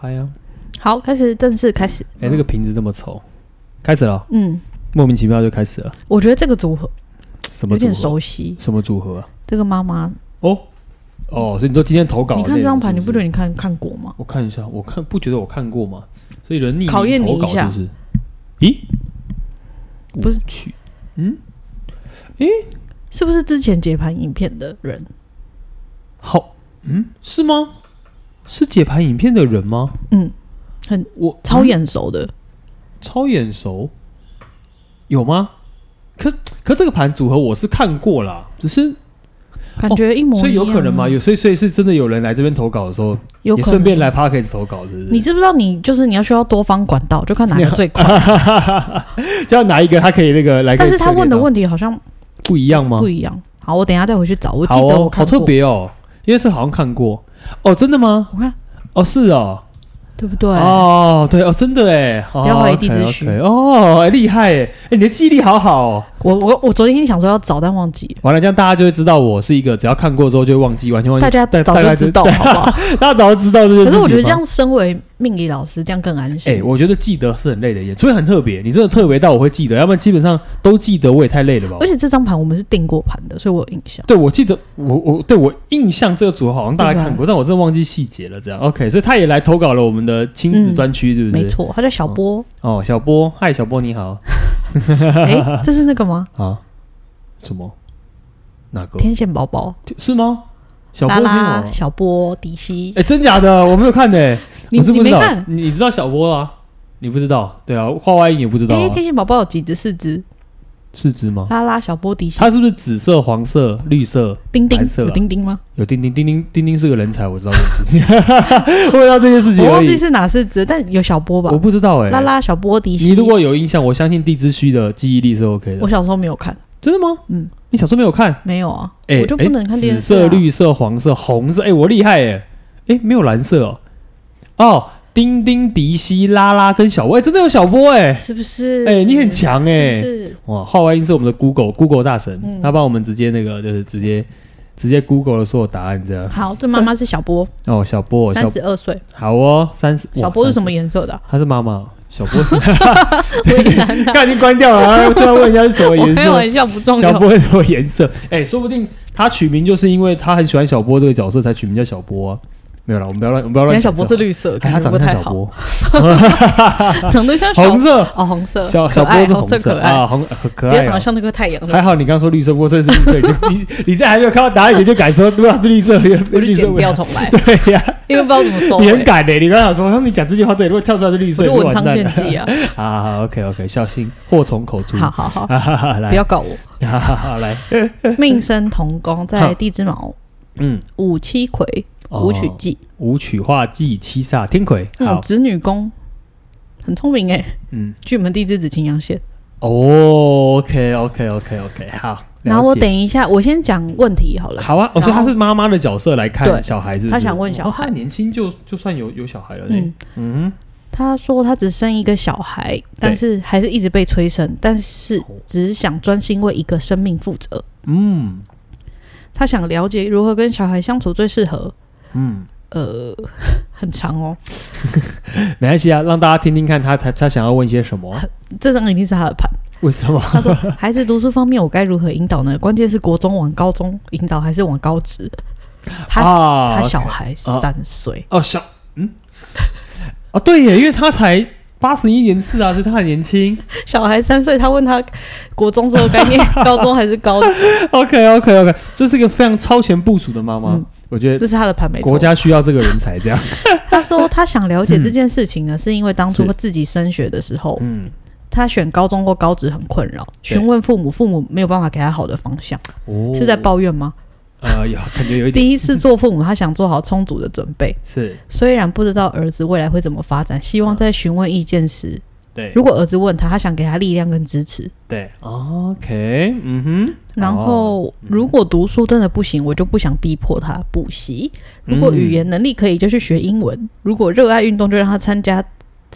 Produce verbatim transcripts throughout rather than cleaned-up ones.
嗨呀！ 好，开始正式开始。 哎、欸，那个瓶子这么丑，开始了。 嗯， 莫名其妙就开始了。 我觉得这个组合什么组合有点熟悉。 什么组合啊？ 这个妈妈哦哦，所以你说今天投稿的， 你看这张牌，你不觉得你看看过吗？ 我看一下，我看不觉得我看过吗？所以人匿考验你一下， 是不是？咦， 不是去，嗯，诶， 是不是之前解盘影片的人？ 好，嗯，是吗？是解盘影片的人吗？ 嗯，很我超眼熟的， 嗯、超眼熟，有吗？可可这个盘组合我是看过啦，只是感觉一模一样、啊哦， 所以有可能吗？有所以所以是真的有人来这边投稿的时候，有也顺便来 Podcast 投稿，是不是？ 你知不知道你就是你要需要多方管道，就看哪个最快， 就要哪一个他可以那个来。 但是他问的问题好像不一样吗？ 不一样。好，我等一下再回去找。我记得我看过， 好、哦、好特别哦，因为这好像看过哦，真的吗？ 我看哦，是哦。 对不对？ 哦，对哦，真的哎， 不要怀疑地址虚哦，厉害哎，你的记忆力好好哦。 我我我昨天想说要找，但忘记了。 完了，这样大家就会知道我是一个只要看过之后就会忘记，完全忘记。 大家早就知道，好不好？ 大家早就知道这件事情。 可是我觉得这样，身为命理老师，这样更安心。 哎、欸，我觉得记得是很累的一件，除非很特别，你真的特别到我会记得，要不然基本上都记得，我也太累了吧。 而且这张盘我们是定过盘的，所以我有印象。 对，我记得我我对我印象这个组合好像大概看过，但我真的忘记细节了。这样 OK， 所以他也来投稿了我们的亲子专区，是不是？ 没错，他叫小波。 哦，哦小波，嗨，小波你好。 哎、欸，这是那个吗？ 啊，什么？哪个？ 天线宝宝是吗？小波拉拉小波迪西。 哎、欸，真假的？我没有看呢、欸， 你我是不知道。 你没看？ 你知道小波啊？你不知道？对啊，画外音也不知道、啊。哎、 欸，天线宝宝有几只？四只。 四只吗？ 拉拉小波迪西， 它是不是紫色、黄色、绿色、 丁丁蓝色、啊？ 有丁丁吗？ 有丁丁，丁丁，丁丁是个人才，我知道这件事情。我知道这件事情而已， 我忘记是哪四只，但有小波吧？ 我不知道哎、欸。 拉拉小波迪西， 你如果有印象，我相信地之虚的记忆力是 OK 的。 我小时候没有看， 真的吗？嗯，你小时候没有看？ 没有啊， 欸、 我就不能看电视、啊。 紫色、绿色、黄色、红色，哎、欸，我厉害哎、欸！哎、欸，没有蓝色哦。哦。丁丁、迪西、拉拉跟小波，哎、欸，真的有小波哎、欸， 是不是？ 哎、欸，你很强哎、欸， 是不是？ 哇，浩外音是我们的 Google Google 大神， 嗯、 他帮我们直接那个就是直接直接 Google 了所有答案这样。 好，这妈妈是小波哦，小波， 三十二岁。 好哦，三十。 小波是什么颜色的、啊？ 她是妈妈。小波是，刚已经关掉了，然后突然问一下是什么颜色？ 开玩笑，不重要。 小波是什么颜色？哎、欸，说不定他取名就是因为他很喜欢小波这个角色才取名叫小波啊。没有啦，我们不要乱，我们不要乱。 小波是绿色， 哎，他长得像小波， 长得像红色哦，红色。 小小波是红色， 可爱啊，红很可爱、哦。 不要长得像那个太阳。 还好你刚说绿色，不过这是绿色，你你在还没有看到答案你就敢说对吧？是绿色， 我就剪掉重来。 对呀、啊， 因为不知道怎么收、欸。 你很敢的、欸，你刚刚说，当你讲这句话，对，如果跳出来是绿色， 我就文昌献祭啊。 啊，好 ，OK OK， 小心祸从口出。 好好好，不要告我。 好好好，来， 命生同宫，在地支卯， 嗯， 五七魁。武曲忌， 武曲化忌，七煞天魁。 嗯，子女宫很聪明哎。嗯，巨门地支子擎羊线。 哦 ，OK OK OK OK， 好。 然后我等一下，我先讲问题好了。 好啊，我觉得他是妈妈的角色来看小孩，是不是？ 他想问小孩， 哦、他年轻就就算有有小孩了呢。嗯嗯，他说他只生一个小孩，但是还是一直被催生，但是只想专心为一个生命负责。嗯，他想了解如何跟小孩相处最适合。嗯，呃，很长哦， 没关系啊，让大家听听看他他他想要问些什么。 这张一定是他的盘， 为什么？ 他说孩子读书方面我该如何引导呢？关键是国中往高中引导还是往高职？他、啊、他小孩三岁、 啊、哦，小嗯，哦对耶，因为他才八十一年次啊，所以他很年轻。 小孩三岁，他问他国中之后该念高中还是高职 ？OK OK OK， 这是一个非常超前部署的妈妈。嗯，我觉得这是他的盘，没错。 国家需要这个人才，这样。 他说他想了解这件事情呢，嗯、是因为当初他自己升学的时候，嗯，他选高中或高职很困扰，询问父母，父母没有办法给他好的方向，哦、是在抱怨吗？ 呃，有感觉有一点。 第一次做父母，他想做好充足的准备， 是虽然不知道儿子未来会怎么发展，希望在询问意见时。 对， 如果儿子问他，他想给他力量跟支持。 对 ，OK， 嗯哼。 然后，哦、如果读书真的不行，我就不想逼迫他补习。如果语言能力可以，就去学英文；如果热爱运动，就让他参加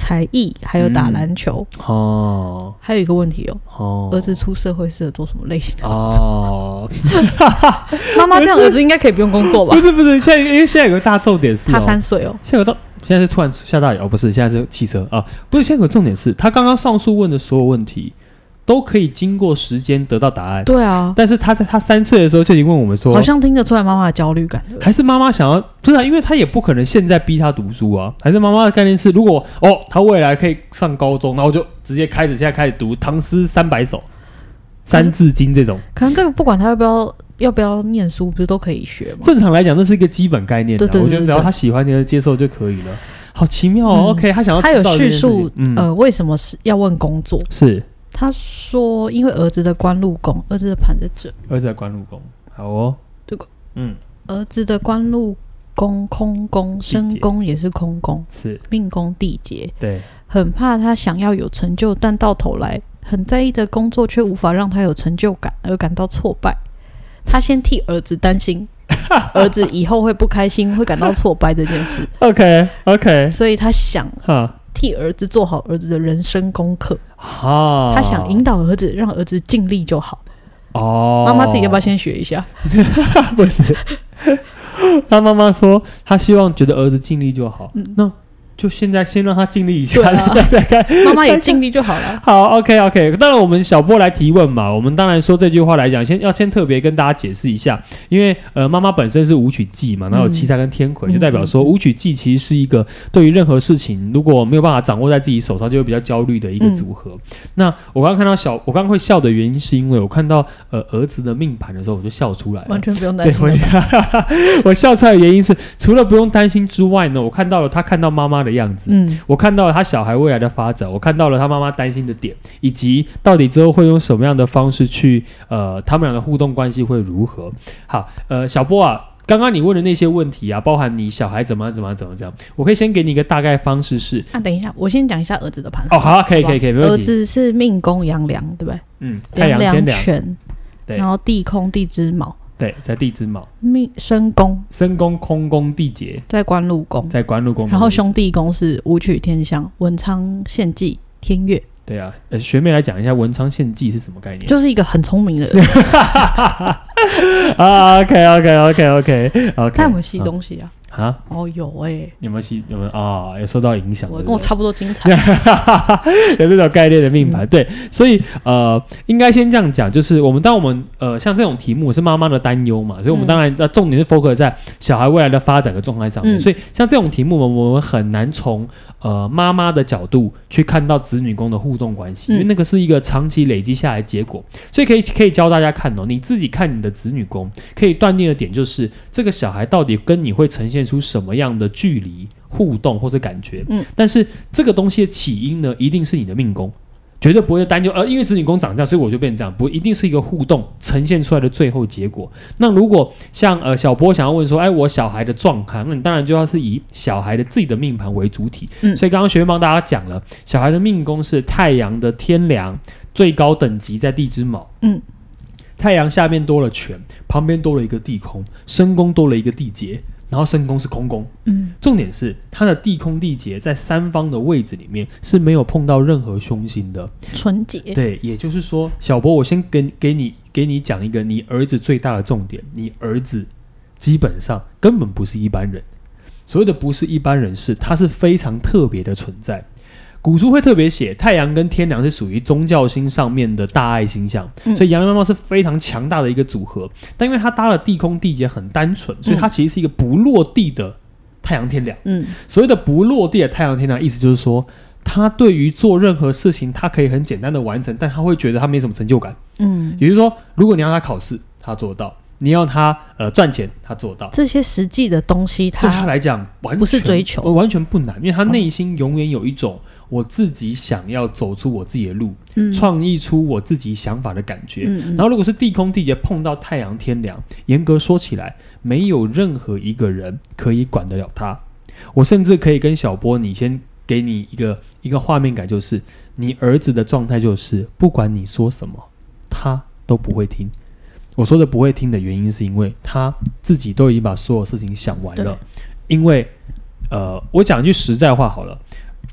才艺，还有打篮球。 嗯、哦， 还有一个问题哦， 哦儿子出社会适合做什么类型的工作？ 哦， 妈妈这样儿子应该可以不用工作吧？ 不是不是，现在因为现在有个大重点是、哦， 他三岁哦， 现在有到现在是突然下大雨哦，不是，现在是汽车啊，不是，现在有个重点是他刚刚上述问的所有问题。都可以经过时间得到答案。 对啊， 但是他在他三岁的时候就已经问我们说， 好像听得出来妈妈的焦虑感，对不对？ 还是妈妈想要，不是啊，因为他也不可能现在逼他读书啊。还是妈妈的概念是，如果哦他未来可以上高中，然后就直接开始现在开始读唐诗三百首、三字经这种。 可能这个不管他要不要要不要念书，不是都可以学吗？ 正常来讲，那是一个基本概念的、啊。 对对对对对， 我觉得只要他喜欢的接受就可以了。好奇妙哦、嗯、，OK， 他想要知道他有叙述、 嗯、 呃为什么是要问工作是。 他说：“因为儿子的官禄宫，儿子的盘在这。 儿子的官禄宫，好哦。 这个， 嗯， 儿子的官禄宫空宫，身宫也是空宫， 是命宫地劫。 对， 很怕他想要有成就，但到头来很在意的工作却无法让他有成就感，而感到挫败。他先替儿子担心，儿子以后会不开心，会感到挫败这件事。 OK OK， 所以他想哈。” 替儿子做好儿子的人生功课， 哈， 他想引导儿子，让儿子尽力就好。 哦， 妈妈自己要不要先学一下？ 不是，他妈妈说，他希望觉得儿子尽力就好。嗯，那就现在先让他尽力一下， 啊、 再再看。 妈妈也尽力就好了。 好 ，OK OK。当然，我们小波来提问嘛，我们当然说这句话来讲，先要先特别跟大家解释一下，因为呃，妈妈本身是武曲忌嘛，然后有七煞跟天魁、嗯，就代表说武曲忌其实是一个对于任何事情如果没有办法掌握在自己手上，就会比较焦虑的一个组合。嗯、那我刚刚看到小，我刚刚会笑的原因是因为我看到呃儿子的命盘的时候，我就笑出来了， 完全不用担心。 我, 我笑出来的原因是，除了不用担心之外呢，我看到了他看到妈妈的样子。嗯。我看到了他小孩未来的发展，我看到了他妈妈担心的点，以及到底之后会用什么样的方式去呃，他们俩的互动关系会如何？好，呃，小波啊，刚刚你问的那些问题啊，包含你小孩怎么样怎么样怎么样，我可以先给你一个大概方式是啊，等一下，我先讲一下儿子的盘。 哦，好、啊，可以可以可以，没问题。 儿子是命宫阳梁，对不对？ 嗯，太阳天梁权，然后地空地支卯。 对，在地支卯， 命身宫， 身宫空宫地劫， 在官禄宫， 在官禄宫， 然后兄弟宫是武曲天相，文昌献祭天月。 对啊，呃，学妹来讲一下文昌献祭是什么概念？ 就是一个很聪明的人。 啊 ，OK OK OK OK OK， 他有没有吸东西啊？ 啊， 哦，有哎、欸， 有没有吸？有没有啊？有受到影响？ 我跟我差不多精彩， 有这种概念的命盘、 嗯， 对，所以呃，应该先这样讲，就是我们当我们呃像这种题目是妈妈的担忧嘛，所以我们当然呃重点是 focus 在小孩未来的发展的状态上面、嗯，所以像这种题目我们很难从呃妈妈的角度去看到子女宫的互动关系、嗯，因为那个是一个长期累积下来的结果，所以可以可以教大家看哦，你自己看你的子女宫，可以断定的点就是这个小孩到底跟你会呈现出什么样的距离互动或是感觉、嗯、但是这个东西的起因呢一定是你的命宫，绝对不会单就呃，因为子女宫长这样所以我就变成这样，不一定是一个互动呈现出来的最后结果。那如果像呃小波想要问说哎我小孩的状态，那你当然就要是以小孩的自己的命盘为主体、嗯、所以刚刚学员帮大家讲了，小孩的命宫是太阳的天梁，最高等级在地支卯，嗯，太阳下面多了权，旁边多了一个地空，身宫多了一个地劫，然后身宫是空宫，嗯，重点是它的地空地劫在三方的位置里面是没有碰到任何凶星的， 纯洁。 对，也就是说，小波，我先给给你给你讲一个你儿子最大的重点，你儿子基本上根本不是一般人，所谓的不是一般人是他是非常特别的存在。古书会特别写太阳跟天梁是属于宗教星上面的大爱星象、嗯、所以阳梁妈妈是非常强大的一个组合，但因为它搭了地空地劫很单纯，所以它其实是一个不落地的太阳天梁、嗯、所谓的不落地的太阳天梁意思就是说他对于做任何事情他可以很简单的完成，但他会觉得他没什么成就感，嗯，也就是说如果你要他考试他做得到，你要他呃赚钱他做得到， 这些实际的东西他对他来讲完全不是追求， 完全不难，因为他内心永远有一种我自己想要走出我自己的路、嗯、创意出我自己想法的感觉、嗯嗯、然后如果是地空地劫碰到太阳天梁，严格说起来没有任何一个人可以管得了他。我甚至可以跟小波你先给你一个一个画面感，就是你儿子的状态就是不管你说什么他都不会听。我说的不会听的原因是因为他自己都已经把所有事情想完了，因为呃，我讲一句实在话好了，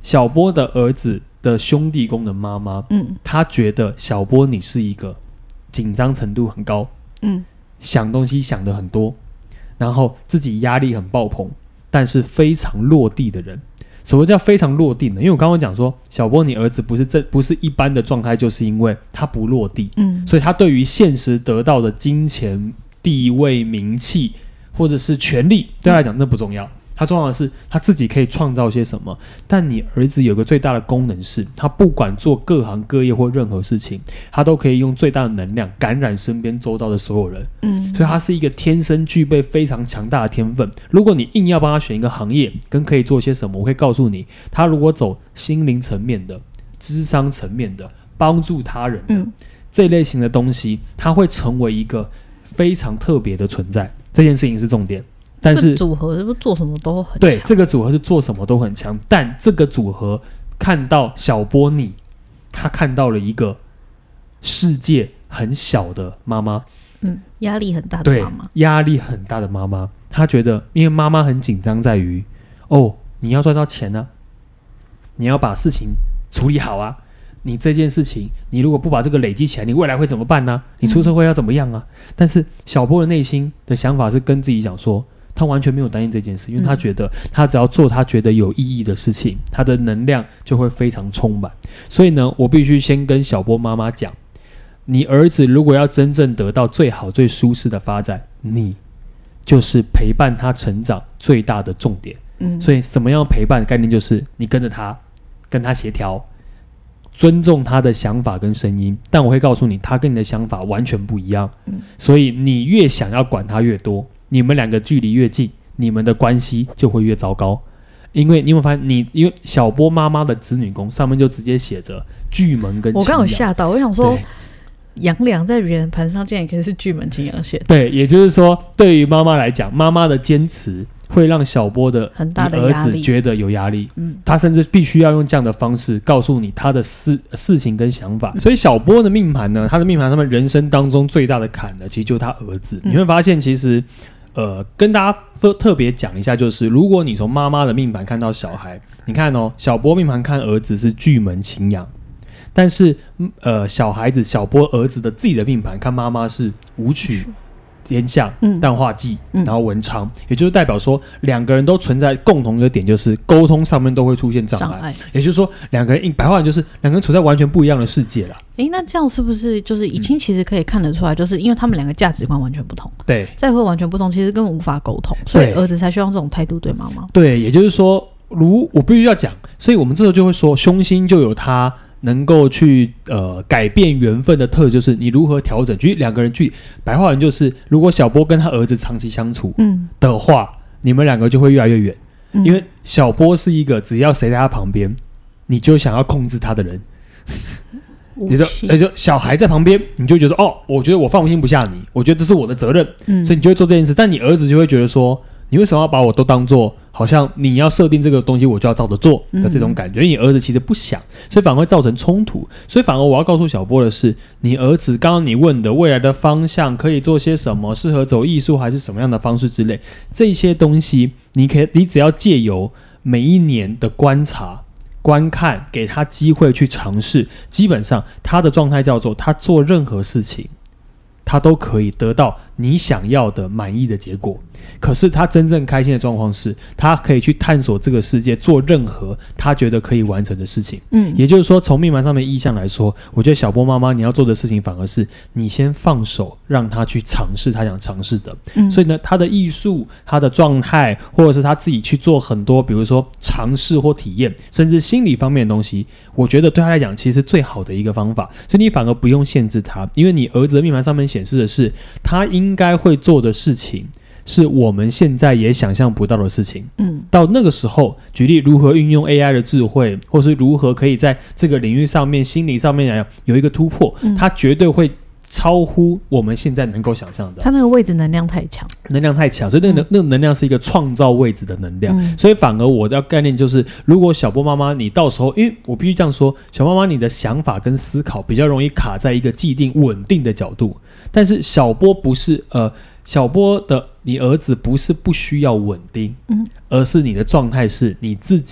小波的儿子的兄弟宫的妈妈，嗯，他觉得小波你是一个紧张程度很高，嗯，想东西想得很多，然后自己压力很爆棚，但是非常落地的人。什么叫非常落地呢？因为我刚刚讲说，小波你儿子不是这不是一般的状态，就是因为他不落地，嗯，所以他对于现实得到的金钱、地位、名气或者是权利，对他来讲那不重要。他重要的是他自己可以创造些什么。但你儿子有个最大的功能是，他不管做各行各业或任何事情，他都可以用最大的能量感染身边周遭的所有人。嗯，所以他是一个天生具备非常强大的天分。如果你硬要帮他选一个行业跟可以做些什么，我会告诉你，他如果走心灵层面的、諮商层面的、帮助他人的、嗯、这类型的东西，他会成为一个非常特别的存在。这件事情是重点。但是、 这个、组合是不是做什么都很强？ 对，这个组合是做什么都很强，但这个组合看到小波你，他看到了一个世界很小的妈妈， 嗯，压力很大的妈妈， 对，压力很大的妈妈，他觉得，因为妈妈很紧张在于，哦，你要赚到钱啊，你要把事情处理好啊。你这件事情，你如果不把这个累积起来，你未来会怎么办呢？你出社会要怎么样啊？嗯、但是小波的内心的想法是跟自己讲说，他完全没有担心这件事，因为他觉得他只要做他觉得有意义的事情，他的能量就会非常充满。所以呢，我必须先跟小波妈妈讲，你儿子如果要真正得到最好最舒适的发展，你就是陪伴他成长最大的重点。嗯，所以什么样陪伴的概念就是你跟着他，跟他协调，尊重他的想法跟声音，但我会告诉你，他跟你的想法完全不一样。嗯，所以你越想要管他越多，你们两个距离越近，你们的关系就会越糟糕。因为你有没有发现，你因为小波妈妈的子女宫上面就直接写着巨门跟擎羊。 我刚有吓到，我想说阳梁在别人盘上竟然可以是巨门擎羊线。 对，也就是说，对于妈妈来讲，妈妈的坚持会让小波的很大的儿子觉得有压力，嗯，他甚至必须要用这样的方式告诉你他的事事情跟想法。所以小波的命盘呢，他的命盘上面人生当中最大的坎呢，其实就是他儿子。嗯、你会发现，其实呃，跟大家特别讲一下，就是如果你从妈妈的命盘看到小孩，你看哦，小波命盘看儿子是巨门擎羊，但是呃，小孩子小波儿子的自己的命盘看妈妈是武曲。天象、淡化忌、嗯、然后文昌、嗯、也就是代表说两个人都存在共同的点，就是沟通上面都会出现障碍, 障碍也就是说两个人白话文就是两个人处在完全不一样的世界啦。 诶，那这样是不是就是已经其实可以看得出来，就是因为他们两个价值观完全不同， 对， 再会完全不同，其实根本无法沟通，所以儿子才需要这种态度对妈妈。 对，也就是说如我必须要讲，所以我们这时候就会说凶星就有他能够去呃改变缘分的特质，就是你如何调整。举两个人去白话文就是，如果小波跟他儿子长期相处的话，嗯、你们两个就会越来越远，嗯、因为小波是一个只要谁在他旁边，你就想要控制他的人。你说，你说小孩在旁边，你就觉得哦，我觉得我放心不下你，我觉得这是我的责任，嗯、所以你就会做这件事。但你儿子就会觉得说，你为什么要把我都当作好像你要设定这个东西我就要照着做的这种感觉，因为你儿子其实不想，所以反而会造成冲突。所以反而我要告诉小波的是，你儿子刚刚你问的未来的方向可以做些什么，适合走艺术还是什么样的方式之类，这些东西你可以，你只要借由每一年的观察观看，给他机会去尝试，基本上他的状态叫做他做任何事情他都可以得到你想要的满意的结果。可是他真正开心的状况是，他可以去探索这个世界，做任何他觉得可以完成的事情。嗯，也就是说，从命盘上面意象来说，我觉得小波妈妈你要做的事情，反而是你先放手，让他去尝试他想尝试的。嗯，所以呢，他的艺术、他的状态，或者是他自己去做很多，比如说尝试或体验，甚至心理方面的东西，我觉得对他来讲，其实最好的一个方法。所以你反而不用限制他，因为你儿子的命盘上面显示的是，他应该会做的事情是我们现在也想象不到的事情。嗯，到那个时候，举例如何运用 A I 的智慧，或是如何可以在这个领域上面、心理上面来有一个突破，嗯、它绝对会超乎我们现在能够想象的。 它那个位置能量太强， 能量太强，所以那个、嗯、那个能量是一个创造位置的能量。嗯、所以反而我的概念就是，如果小波妈妈你到时候，因为我必须这样说，小妈妈你的想法跟思考比较容易卡在一个既定稳定的角度，但是小波不是呃。小波的你儿子不是不需要稳定，嗯，而是你的状态是你自己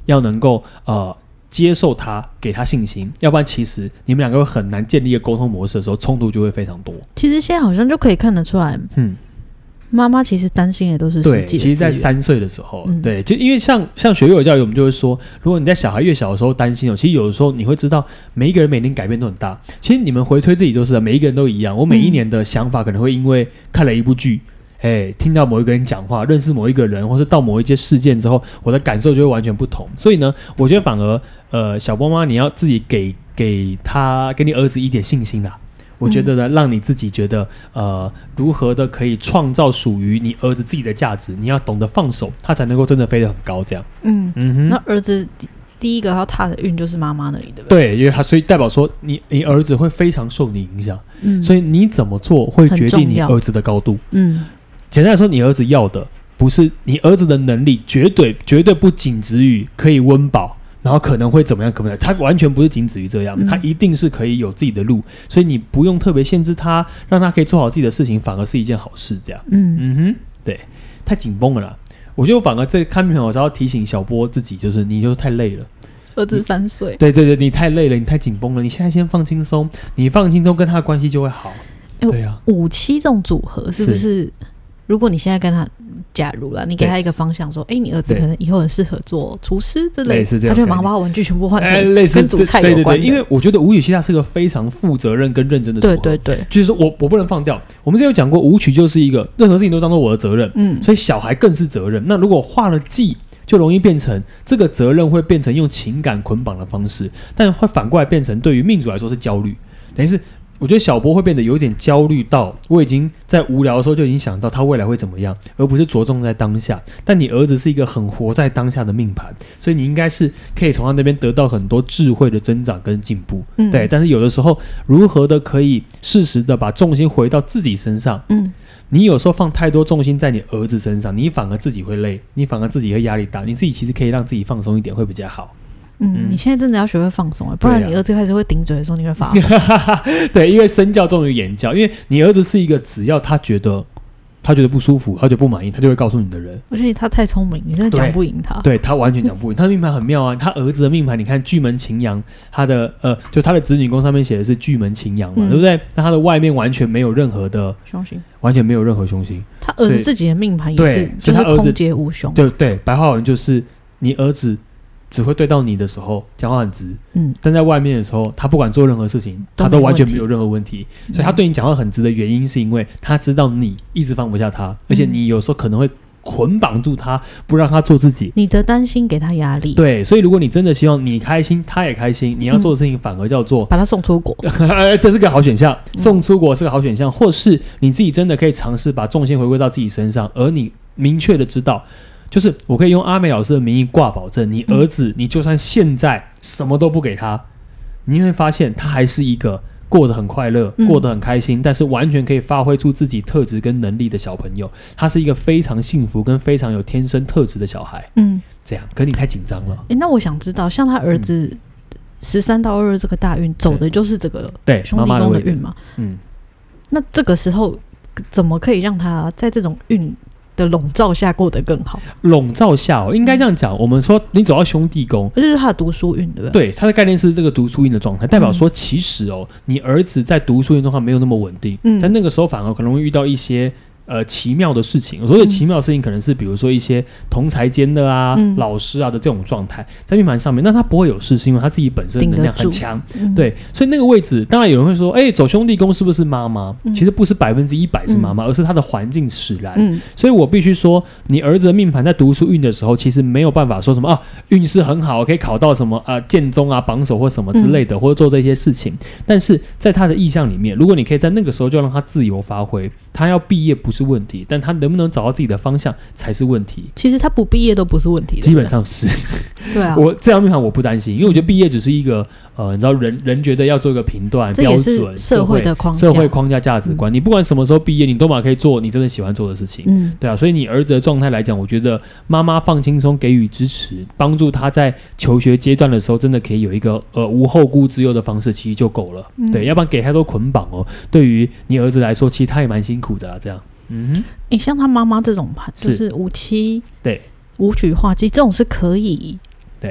要能够呃接受他，给他信心，要不然其实你们两个会很难建立一个沟通模式的时候，冲突就会非常多。 其实现在好像就可以看得出来，嗯，妈妈其实担心的都是实际的资源。 对，其实在三岁的时候，嗯、对，就因为像像学幼儿教育，我们就会说，如果你在小孩越小的时候担心哦，其实有的时候你会知道，每一个人每年改变都很大。其实你们回推自己就是，每一个人都一样。我每一年的想法可能会因为看了一部剧。哎，听到某一个人讲话，认识某一个人，或是到某一些事件之后，我的感受就会完全不同。所以呢，我觉得反而，呃，小波妈你要自己给给他，给你儿子一点信心啦。我觉得呢，嗯、让你自己觉得，呃，如何的可以创造属于你儿子自己的价值，你要懂得放手，他才能够真的飞得很高。这样，嗯嗯哼，那儿子第一个要踏的运就是妈妈那里，对不对？对，因为他所以代表说你，你儿子会非常受你影响。嗯，所以你怎么做会决定你儿子的高度。嗯。简单来说，你儿子要的不是你儿子的能力，绝对绝对不仅止于可以温饱，然后可能会怎么样，可能他完全不是仅止于这样，嗯、他一定是可以有自己的路，所以你不用特别限制他，让他可以做好自己的事情，反而是一件好事。这样，嗯嗯哼，对，太紧绷了啦。我觉得我反而在看片，我是要提醒小波自己，就是你就是太累了。 儿子三岁， 对对对，你太累了，你太紧绷了，你现在先放轻松，你放轻松，跟他的关系就会好。对啊， 五七这种组合是不是？如果你现在跟他，假如啦，你给他一个方向，说，哎，你儿子可能以后很适合做厨师之类的，他就马上把玩具全部换成跟煮菜有关的。 对对对，因为我觉得武曲其实是个非常负责任跟认真的组合。 对对对， 就是说我我不能放掉。我们之前有讲过，武曲就是一个任何事情都当做我的责任，嗯，所以小孩更是责任。那如果画了忌，就容易变成这个责任会变成用情感捆绑的方式，但会反过来变成对于命主来说是焦虑，等于是。我觉得小波会变得有点焦虑到，我已经在无聊的时候就已经想到他未来会怎么样，而不是着重在当下。但你儿子是一个很活在当下的命盘，所以你应该是可以从他那边得到很多智慧的增长跟进步。嗯、对，但是有的时候如何的可以适时的把重心回到自己身上。嗯，你有时候放太多重心在你儿子身上，你反而自己会累，你反而自己会压力大，你自己其实可以让自己放松一点会比较好。 嗯，你现在真的要学会放松，不然你儿子开始会顶嘴的时候，你会发疯。 对，因为身教重于言教，因为你儿子是一个只要他觉得他觉得不舒服，他觉得不满意，他就会告诉你的人。 而且他太聪明，你真的讲不赢他。 对，他完全讲不赢。他的命盘很妙啊，他儿子的命盘，你看巨门擎羊，他的呃，就他的子女宫上面写的是巨门擎羊嘛，嗯、对不对？那他的外面完全没有任何的凶星， 完全没有任何凶星。 他儿子自己的命盘也是，就是空劫无凶。 对对，白话文就是你儿子。只会对到你的时候讲话很直，嗯，但在外面的时候，他不管做任何事情，他都完全没有任何问题。嗯、所以他对你讲话很直的原因，是因为他知道你一直放不下他，嗯、而且你有时候可能会捆绑住他，不让他做自己。 你的担心给他压力。 对，所以如果你真的希望你开心，他也开心，你要做的事情反而叫做、 嗯、把他送出国， 这是个好选项。送出国是个好选项，或是你自己真的可以尝试把重心回归到自己身上，而你明确的知道。就是我可以用阿美老师的名义挂保证，你儿子，你就算现在什么都不给他，你会发现他还是一个过得很快乐、嗯、过得很开心，但是完全可以发挥出自己特质跟能力的小朋友。他是一个非常幸福跟非常有天生特质的小孩。嗯，这样，可你太紧张了。 欸，那我想知道，像他儿子十三到二十这个大运走的就是这个对兄弟宫的运嘛？嗯，那这个时候怎么可以让他在这种运的笼罩下过得更好？ 笼罩下哦，应该这样讲。我们说你走到兄弟宫， 这就是他的读书运，对不对？ 对，他的概念是这个读书运的状态，代表说其实哦，你儿子在读书运状况没有那么稳定，嗯，但那个时候反而可能会遇到一些。呃，奇妙的事情，所谓的奇妙的事情，可能是比如说一些同侪间的啊、嗯、老师啊的这种状态，在命盘上面，那他不会有事，是因为他自己本身能量很强，嗯、对，所以那个位置，当然有人会说，哎、欸，走兄弟宫是不是妈妈？嗯、其实不是百分之一百是妈妈，嗯、而是他的环境使然。嗯、所以我必须说，你儿子的命盘在读书运的时候，其实没有办法说什么啊，运势很好，可以考到什么啊建中啊榜首或什么之类的，嗯、或者做这些事情。但是在他的意象里面，如果你可以在那个时候就让他自由发挥，他要毕业不是问题，但他能不能找到自己的方向才是问题。 其实他不毕业都不是问题， 基本上是。 对啊， 我这样命盘我不担心，因为我觉得毕业只是一个呃，你知道人人觉得要做一个评断标准， 社会的框架， 社会框架价值观。嗯、你不管什么时候毕业，你都嘛可以做你真的喜欢做的事情。嗯，对啊，所以你儿子的状态来讲，我觉得妈妈放轻松，给予支持，帮助他在求学阶段的时候，真的可以有一个呃无后顾之忧的方式，其实就够了。嗯、对，要不然给太多捆绑哦，对于你儿子来说，其实他也蛮辛苦的啦。这样。嗯哼， 欸、像他妈妈这种盘，就是五七对武曲化忌这种是可以， 对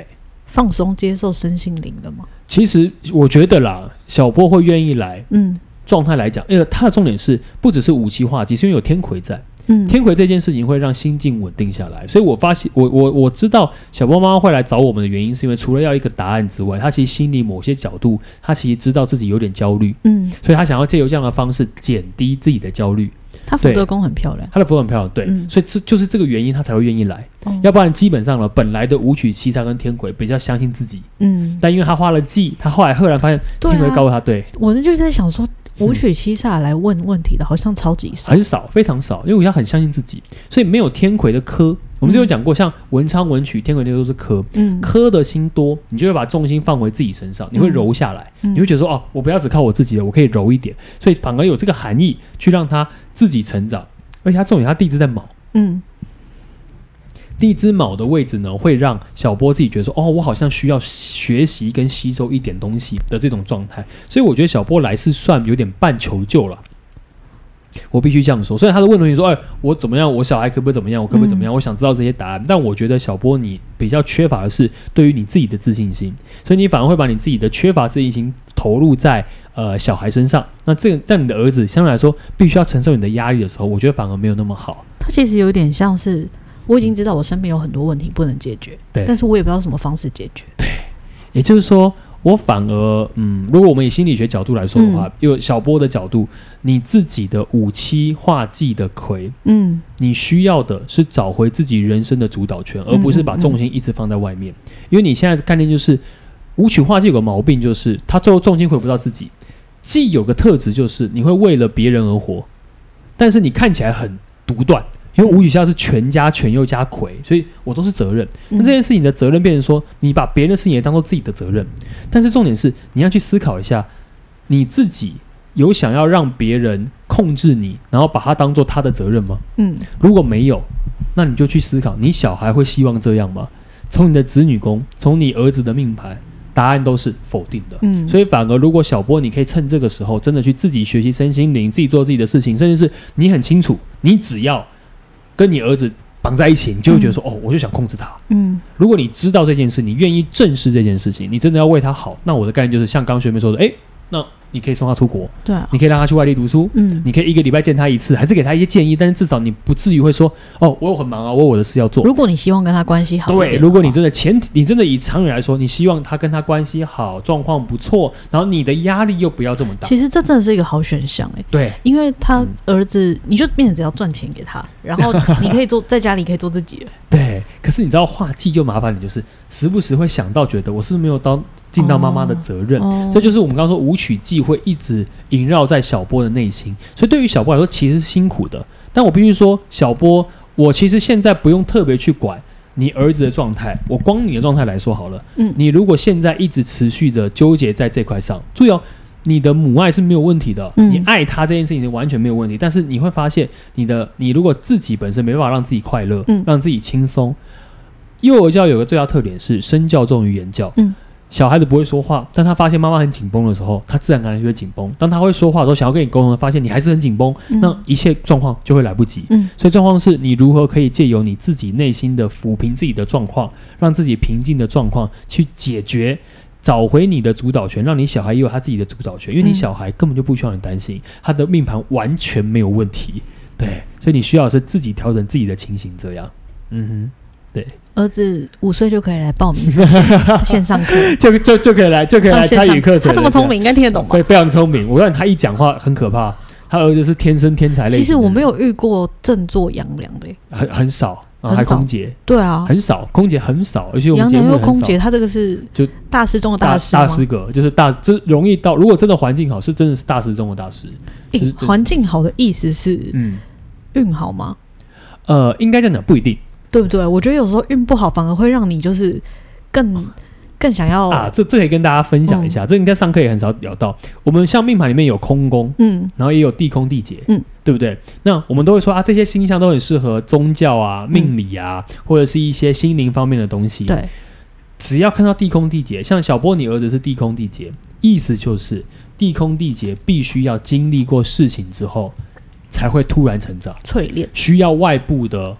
放松接受身心灵的吗？ 其实我觉得啦，小波会愿意来，嗯，状态来讲，因为他的重点是不只是武器化忌，是因为有天魁在。嗯，天魁这件事情会让心境稳定下来，所以我发现我我我知道小波妈妈会来找我们的原因，是因为除了要一个答案之外，她其实心里某些角度，她其实知道自己有点焦虑，嗯，所以她想要借由这样的方式减低自己的焦虑。 她福德宫很漂亮， 她的福德很漂亮，对，嗯、所以这就是这个原因，她才会愿意来。哦、要不然基本上呢，本来的武曲七煞跟天魁比较相信自己，嗯，但因为她花了忌，她后来赫然发现天魁告诉她，对， 我就在想说。武曲七煞来问问题的好像超级少， 很少，非常少，因为我要很相信自己，所以没有天魁的科。我们之前有讲过，像文昌、文曲、天魁那些都是科，嗯，科的心多，你就会把重心放回自己身上，你会柔下来，嗯、你会觉得说，哦，我不要只靠我自己的，我可以柔一点，所以反而有这个含义去让他自己成长。而且他重点，他地支在卯，嗯。地支卯的位置呢，会让小波自己觉得说，哦，我好像需要学习跟吸收一点东西的这种状态，所以我觉得小波来是算有点半求救了。我必须这样说，虽然他的问题说，哎，我怎么样，我小孩可不可以怎么样，我可不可以怎么样，嗯、我想知道这些答案，但我觉得小波你比较缺乏的是对于你自己的自信心，所以你反而会把你自己的缺乏自信心投入在呃小孩身上。那这个在你的儿子相对来说必须要承受你的压力的时候，我觉得反而没有那么好。 他其实有点像是。我已经知道我身边有很多问题不能解决，对，但是我也不知道什么方式解决。 对，也就是说，我反而，嗯，如果我们以心理学角度来说的话，嗯、有小波的角度，你自己的五七化忌的魁，嗯，你需要的是找回自己人生的主导权，而不是把重心一直放在外面。嗯嗯嗯因为你现在的概念就是，武曲化忌有个毛病，就是他最后重心回不到自己。忌有个特质就是你会为了别人而活，但是你看起来很独断。因为武曲下是全加全又加魁，所以我都是责任。那这件事情的责任变成说，你把别人的事情也当做自己的责任。但是重点是，你要去思考一下，你自己有想要让别人控制你，然后把它当做他的责任吗？嗯，如果没有，那你就去思考，你小孩会希望这样吗？从你的子女宫，从你儿子的命盘，答案都是否定的。嗯，所以反而如果小波，你可以趁这个时候，真的去自己学习身心灵，自己做自己的事情，甚至是你很清楚，你只要跟你儿子绑在一起，你就会觉得说、嗯、哦，我就想控制他。嗯，如果你知道这件事，你愿意正视这件事情，你真的要为他好，那我的概念就是像刚学妹说的，哎，那你可以送他出国，对、啊，你可以让他去外地读书，嗯，你可以一个礼拜见他一次，还是给他一些建议，但是至少你不至于会说，哦，我有很忙啊，我有我的事要做。 如果你希望跟他关系好一点， 对，如果你真的前提，你真的以长远来说，你希望他跟他关系好，状况不错，然后你的压力又不要这么大， 其实这真的是一个好选项哎。 对， 因为他儿子，嗯、你就变成只要赚钱给他，然后你可以做在家里可以做自己了。 对，可是你知道化忌就麻烦你，就是时不时会想到，觉得我是不是没有到尽到妈妈的责任，哦哦、这就是我们刚刚说武曲忌会一直萦绕在小波的内心，所以对于小波来说其实是辛苦的。但我必须说，小波，我其实现在不用特别去管你儿子的状态，我光你的状态来说好了。嗯，你如果现在一直持续的纠结在这块上，注意哦，你的母爱是没有问题的，嗯、你爱他这件事情是完全没有问题。但是你会发现，你的你如果自己本身没办法让自己快乐，嗯、让自己轻松，幼儿教有个最大特点是身教重于言教。嗯。小孩子不会说话，但他发现妈妈很紧绷的时候，他自然而然就会紧绷。当他会说话的时候，想要跟你沟通，发现你还是很紧绷，嗯、那一切状况就会来不及。嗯、所以状况是你如何可以借由你自己内心的抚平自己的状况，让自己平静的状况去解决，找回你的主导权，让你小孩也有他自己的主导权。因为你小孩根本就不需要你担心，他的命盘完全没有问题。对，所以你需要的是自己调整自己的情形，这样。嗯哼。对， 儿子五岁就可以来报名线上课， 就就就可以来就可以来参与课程。 他这么聪明，应该听得懂吧？ 非非常聪明。我让他一讲话很可怕，他儿子是天生天才类型的。 其实我没有遇过振作杨良的， 很很少，然后还空姐， 对啊， 很少，空姐很少，而且我们节目很少。 空姐，他这个是就大师中的大师， 大师格就是大，就是容易到。如果真的环境好，是真的是大师中的大师。 就是环境好的意思是，嗯，运好吗？ 呃，应该这样讲不一定。 对不对？我觉得有时候运不好，反而会让你就是更更想要啊。这这可以跟大家分享一下，嗯、这应该上课也很少聊到。我们像命盘里面有空宫，嗯，然后也有地空地劫，嗯，对不对？那我们都会说啊，这些星象都很适合宗教啊、命理啊，嗯、或者是一些心灵方面的东西。对，只要看到地空地劫，像小波你儿子是地空地劫，意思就是地空地劫必须要经历过事情之后，才会突然成长、 淬炼， 需要外部的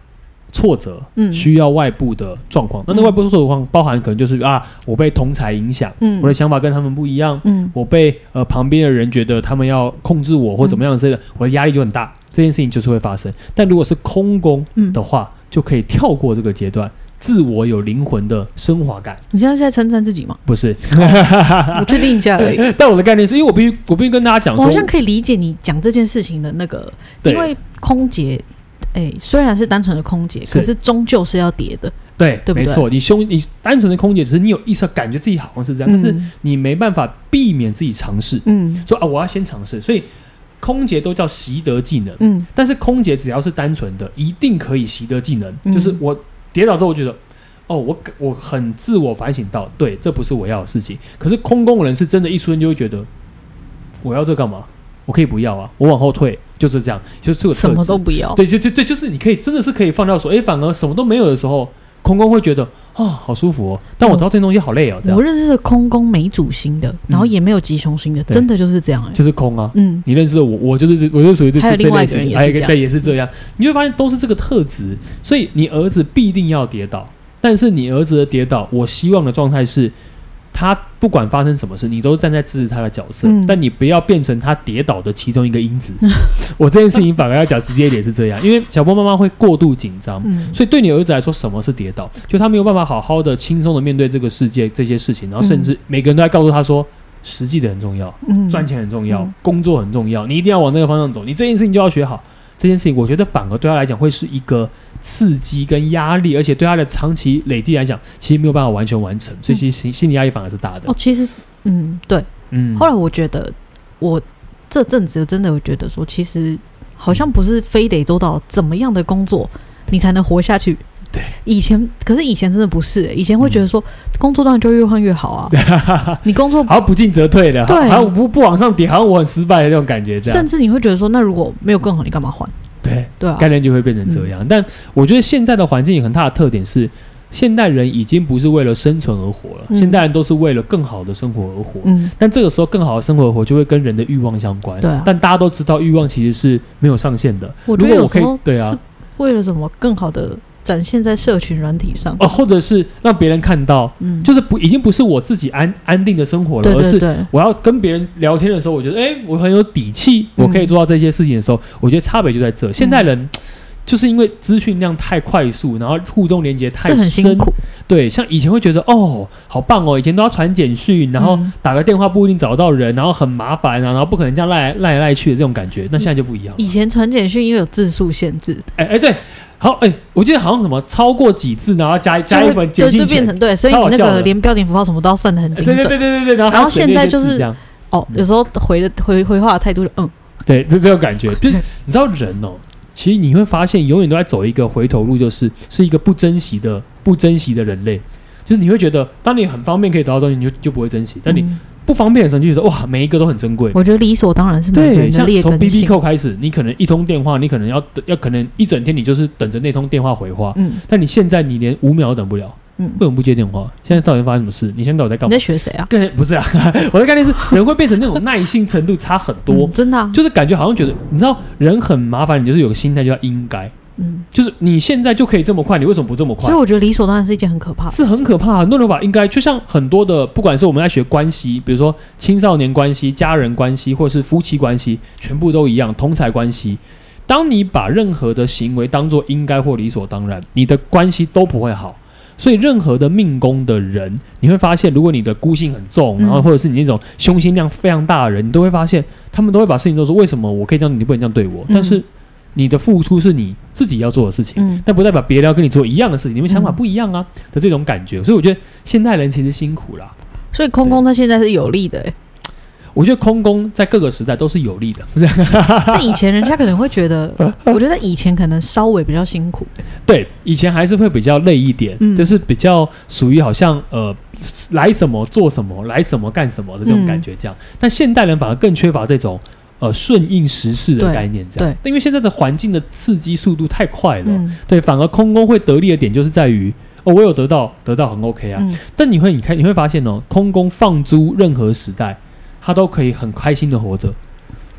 挫折，嗯，需要外部的状况。那那外部的状况包含可能就是啊，我被同侪影响，嗯，我的想法跟他们不一样，嗯，我被呃旁边的人觉得他们要控制我或怎么样之类的，我的压力就很大，这件事情就是会发生。但如果是空宫的话，嗯，就可以跳过这个阶段。自我有灵魂的升华感。 你现在是在称赞自己吗？ 不是， 我确定一下而已。 但我的概念是因为我必须，我必须跟大家讲说， 我好像可以理解你讲这件事情的那个，因为空姐，哎，虽然是单纯的空姐，可是终究是要叠的。 对， 对不对？ 没错，你胸，你单纯的空姐，只是你有意识感觉自己好像是这样，嗯，但是你没办法避免自己尝试。嗯，说啊，我要先尝试，所以。空姐都叫习得技能，嗯，但是空姐只要是单纯的，一定可以习得技能，嗯，就是我跌倒之后，我觉得，哦，我我很自我反省到，对，这不是我要的事情。可是空宫人是真的，一出生就会觉得，我要这干嘛？我可以不要啊，我往后退，就是这样，就是这个特质什么都不要。 对，就就对，就是你可以真的是可以放掉说，哎，反而什么都没有的时候。空宫会觉得啊，好舒服哦，但我知道这些东西好累哦。这样我认识的空宫没主星的，然后也没有吉凶星的，嗯，真的就是这样，欸， 就是空啊。嗯，你认识的我，我就是我就属于这。 还有另外一个人也是这样， 对，也是这样。你会发现都是这个特质，所以你儿子必定要跌倒，但是你儿子的跌倒，我希望的状态是。他不管发生什么事，你都站在支持他的角色，嗯，但你不要变成他跌倒的其中一个因子。我这件事情反而要讲直接一点是这样，因为小波妈妈会过度紧张，嗯，所以对你儿子来说，什么是跌倒？就他没有办法好好的、轻松的面对这个世界这些事情，然后甚至每个人都在告诉他说，实际的很重要，嗯，赚钱很重要，嗯，工作很重要，你一定要往那个方向走，你这件事情就要学好。这件事情，我觉得反而对他来讲会是一个刺激跟压力，而且对他的长期累积来讲，其实没有办法完全完成，所以其实心理压力反而是大的。 哦，其实，嗯，对，嗯。后来我觉得，我这阵子真的有觉得说，其实好像不是非得做到怎么样的工作，你才能活下去。 对， 以前可是以前真的不是，欸，以前会觉得说，嗯，工作当然就越换越好啊。你工作好像不进则退的，好像不不往上叠，好像我很失败的那种感觉。这样， 甚至你会觉得说，那如果没有更好，你干嘛换？ 对对啊， 概念就会变成这样。嗯，但我觉得现在的环境有很大的特点是，现代人已经不是为了生存而活了，嗯，现代人都是为了更好的生活而活。嗯，但这个时候更好的生活而活就会跟人的欲望相关。对，啊，但大家都知道欲望其实是没有上限的。 我觉得有时候对啊，为了什么更好的。展现在社群软体上，哦， 或者是让别人看到，嗯，就是不已经不是我自己安安定的生活了， 对对对， 而是我要跟别人聊天的时候，我觉得，哎，我很有底气，嗯，我可以做到这些事情的时候，我觉得差别就在这。现代人，嗯，就是因为资讯量太快速，然后互动连接太深，很辛苦。对，像以前会觉得，哦，好棒哦，以前都要传简讯，然后打个电话不一定找到人，然后很麻烦啊，然后不可能这样赖赖来赖去的这种感觉，那现在就不一样了。 以前传简讯因为有字数限制， 哎哎，对。好，哎、欸，我记得好像什么超过几字，然后加加一分减进去， 就变成对，所以你那个连标点符号什么都要算得很精准。 对对对对对，然后然后现在就是哦，有时候回的回回话的态度就嗯， 对，就这种感觉。就是你知道人哦，其实你会发现永远都在走一个回头路，就是是一个不珍惜的不珍惜的人类。就是你会觉得，当你很方便可以得到东西，你就就不会珍惜；但你不方便的时候，你就觉得哇，每一个都很珍贵。 我觉得理所当然是每个人的劣根性。 对，像从 B B 扣开始，你可能一通电话，你可能要要可能一整天，你就是等着那通电话回话。嗯，但你现在你连五秒都等不了。嗯，为什么不接电话？现在到底发生什么事？你现在到底在干嘛？ 你在学谁啊？ 不是啊，我的概念是人会变成那种耐性程度差很多， 嗯、真的、啊， 就是感觉好像觉得，你知道人很麻烦，你就是有个心态叫应该。嗯，就是你现在就可以这么快，你为什么不这么快？ 所以我觉得理所当然是一件很可怕的事， 是很可怕。很多人把应该，就像很多的，不管是我们在学关系，比如说青少年关系、家人关系，或者是夫妻关系，全部都一样，同侪关系。当你把任何的行为当作应该或理所当然，你的关系都不会好。所以任何的命宫的人，你会发现，如果你的孤性很重，然后或者是你那种凶心量非常大的人，你都会发现，他们都会把事情都说：为什么我可以这样，你不能这样对我？但是你的付出是你自己要做的事情，嗯、但不代表别人要跟你做一样的事情，你们想法不一样啊、嗯、的这种感觉。所以我觉得现代人其实辛苦啦。 所以空宫它现在是有利的、欸， 我觉得空宫在各个时代都是有利的。 在以前人家可能会觉得，我觉得以前可能稍微比较辛苦、欸。 对，以前还是会比较累一点，嗯、就是比较属于好像呃来什么做什么，来什么干什么的这种感觉这样。嗯、但现代人反而更缺乏这种。呃，顺应时事的概念，这样。对，因为现在的环境的刺激速度太快了，嗯、对，反而空宫会得力的点就是在于，哦，我有得到，得到很 OK 啊。嗯、但你会，你看，你会发现哦，空宫放诸任何时代，他都可以很开心的活着。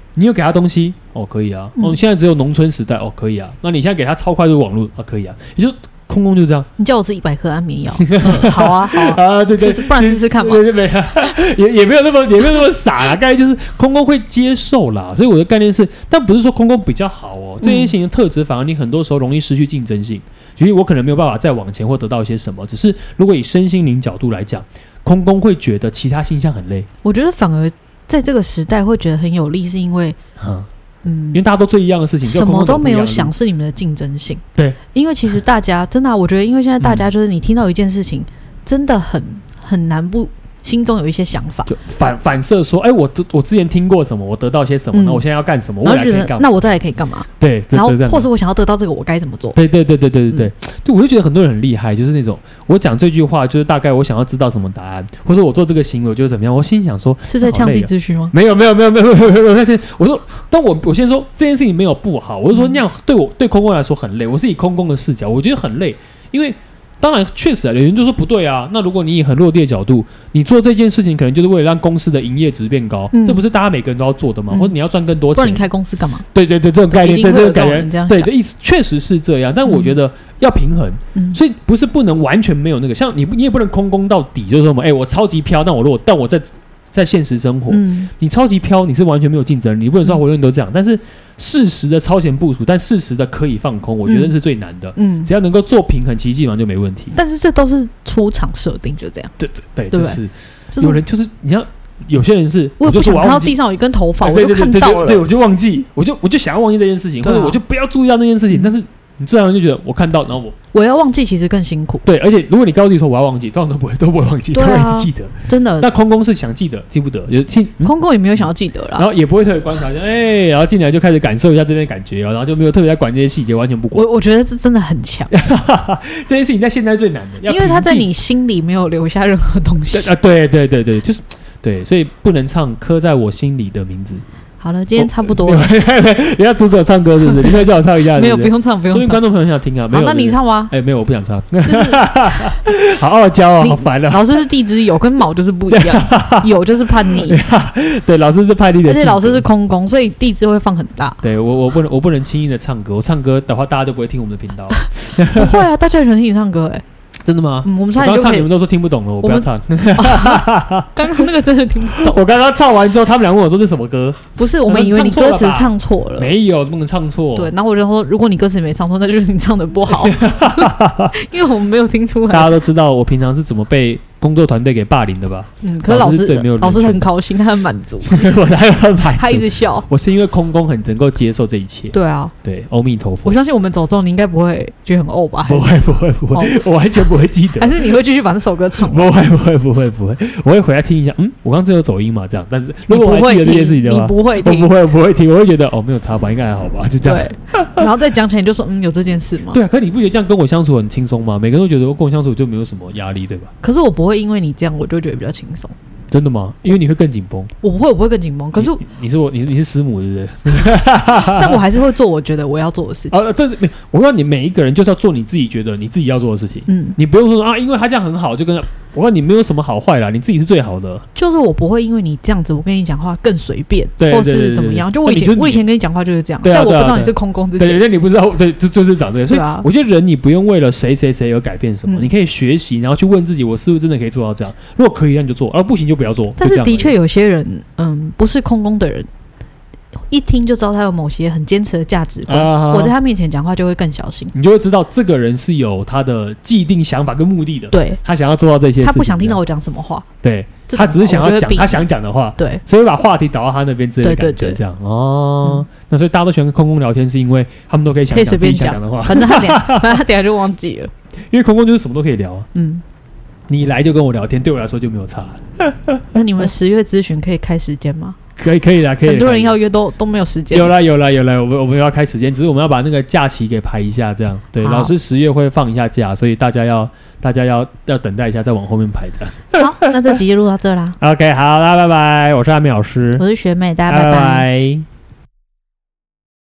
你有给他东西哦，可以啊。哦，现在只有农村时代哦，可以啊。那你现在给他超快速网络啊，可以啊。也就空空就这样。 你叫我吃一百颗安眠药，嗯、好啊，好啊， 啊对对， 吃不然吃吃看嘛。 对对对，也也没有那么也没有那么傻啦。概念就是空空会接受啦。所以我的概念是，但不是说空空比较好哦。这件事情的特质反而你很多时候容易失去竞争性。所以我可能没有办法再往前或得到一些什么。只是如果以身心灵角度来讲，空空会觉得其他星象很累。 我觉得反而在这个时代会觉得很有利，是因为嗯。 嗯，因为大家都做一样的事情， 什么都没有想，是你们的竞争性。 对， 因为其实大家真的、啊，我觉得，因为现在大家就是你听到一件事情，嗯、真的很很难不心中有一些想法， 就反反射说，哎、欸，我我之前听过什么，我得到些什么，那、嗯、我现在要干什么？ 然后觉得那我再来可以干嘛？ 对， 然后或者我想要得到这个，我该怎么做？ 对对对对对对对，嗯、就我就觉得很多人很厉害，就是那种我讲这句话，就是大概我想要知道什么答案，或者我做这个行为就是怎么样，我心想说是在呛地秩序吗？ 没有没有没有没有没有没有没有，我说，但我我先说这件事情没有不好，我是说那样对我对空空来说很累，我是以空空的视角，我觉得很累，因为。当然，确实啊，有人就说不对啊。那如果你以很落地的角度，你做这件事情，可能就是为了让公司的营业值变高，嗯、这不是大家每个人都要做的吗？嗯、或者你要赚更多钱， 不然你开公司干嘛？ 对对对，这种概念，对这种感觉， 对的意思确实是这样。但我觉得要平衡，嗯、所以不是不能完全没有那个，像你你也不能空空到底，就是说嘛，哎、欸，我超级飘，但我如果但我在在现实生活，嗯、你超级飘，你是完全没有竞争力，你不能说我永远都这样，但是。适时的超前部署，但适时的可以放空，我觉得是最难的。嗯，只要能够做平衡，其实基本上就没问题。 但是这都是出场设定，就这样。 对对对，就是有人就是你要有些人是， 我就说我看到地上有一根头发，我就看到了， 对我就忘记，我就我就想要忘记这件事情，或者我就不要注意到那件事情，但是。你自然就觉得我看到，然后我我要忘记，其实更辛苦。 对，而且如果你告诉自己说我要忘记，通常都不会都不会忘记，都会一直记得。 真的。 那空空是想记得，记不得，有记、 嗯、空空也没有想要记得啦， 然后也不会特别观察，哎、欸，然后进来就开始感受一下这边感觉，然后就没有特别在管这些细节，完全不管。 我我觉得这真的很强， 这件事情在现在最难的， 因为他在你心里没有留下任何东西。 啊，对对对对，就是对，所以不能唱刻在我心里的名字。 好了，今天差不多了。 你要阻止我唱歌是不是？你可以叫我唱一下是不是？ 没有，不用唱，不用唱。 所以观众朋友想听啊。没有， 好，那你唱吧。 哎、欸，没有，我不想唱。好傲娇哦，好烦了。 老师是地支酉，跟卯就是不一样。酉就是叛逆。 对，老师是叛逆的。 而且老师是空宫，所以地支会放很大。 对我，我不能，我不能轻易的唱歌。我唱歌的话，大家就不会听我们的频道。 不会啊，大家很听你唱歌哎、欸。 真的吗？ 嗯，我们差点就可以。刚唱你们都说听不懂了，我不要唱。 刚刚那个真的听不懂。 我刚刚唱完之后，他们俩问我说这是什么歌？ 不是，我们以为你歌词唱错了。 没有，不能唱错。 对，然后我就说，如果你歌词没唱错，那就是你唱的不好，因为我们没有听出来。 大家都知道我平常是怎么被工作团队给霸凌的吧？ 嗯，可是老师老师很高兴，他很满足， 我还有很满足， 他一直笑。 我是因为空宫很能够接受这一切。 对啊， 对，阿弥陀佛。 我相信我们走之后，你应该不会觉得很呕吧？ 不会，不会，不会，哦、我完全不会记得。 还是你会继续把这首歌唱？ 不会，不会，不会，不会，我会回来听一下。嗯，我刚刚真有走音嘛？这样，但是如果我还记得这件事情的话， 你不会听， 我不会，我不会听，我会觉得哦，没有差吧，应该还好吧，就这样。 对，然后再讲起来你就说，嗯，有这件事吗？ 对啊，可是你不觉得这样跟我相处很轻松吗？每个人都觉得跟我相处就没有什么压力，对吧？ 可是我不会因为你这样，我就觉得比较轻松。 真的吗？因为你会更紧绷。 我不会，我不会更紧绷。可是 你, 你是我，你你是师母，对不对？ 但我还是会做我觉得我要做的事情。 啊，这是没，我告诉你，每一个人就是要做你自己觉得你自己要做的事情。嗯，你不用说啊，因为他这样很好，就跟我告诉你没有什么好坏啦，你自己是最好的。 就是我不会因为你这样子，我跟你讲话更随便， 对或是怎么样。就我以前，我以前跟你讲话就是这样，在我不知道你是空宫之前， 对，那你不知道，对，就就是长这个。所以我觉得人你不用为了谁谁谁而改变什么，你可以学习，然后去问自己，我是不是真的可以做到这样？如果可以，那你就做；而不行就不要做。 但是的确有些人，嗯，不是空宫的人。一听就知道他有某些很坚持的价值观、啊、我在他面前讲话就会更小心， 你就会知道这个人是有他的既定想法跟目的的， 对， 他想要做到这些事情， 他不想听到我讲什么话， 对，他只是想要讲他想讲的话， 对， 所以把话题导到他那边之类的感觉，对对对，这样哦、嗯。那所以大家都喜欢跟空空聊天，是因为他们都可以想讲自己想讲的话， 反正他等下反正他等下就忘记了， 因为空空就是什么都可以聊啊，嗯。你来就跟我聊天，对我来说就没有差。 那你们十月咨询可以开时间吗？ 可以，可以啦，可以。 很多人要约都都没有时间。 有啦，有啦，有啦，我们我们要开时间，只是我们要把那个假期给排一下，这样。对，老师十月会放一下假，所以大家要大家要要等待一下，再往后面排这样。 好，那这集就录到这啦。 OK， 好啦，拜拜。我是阿美老师， 我是学妹，大家拜拜。 拜拜。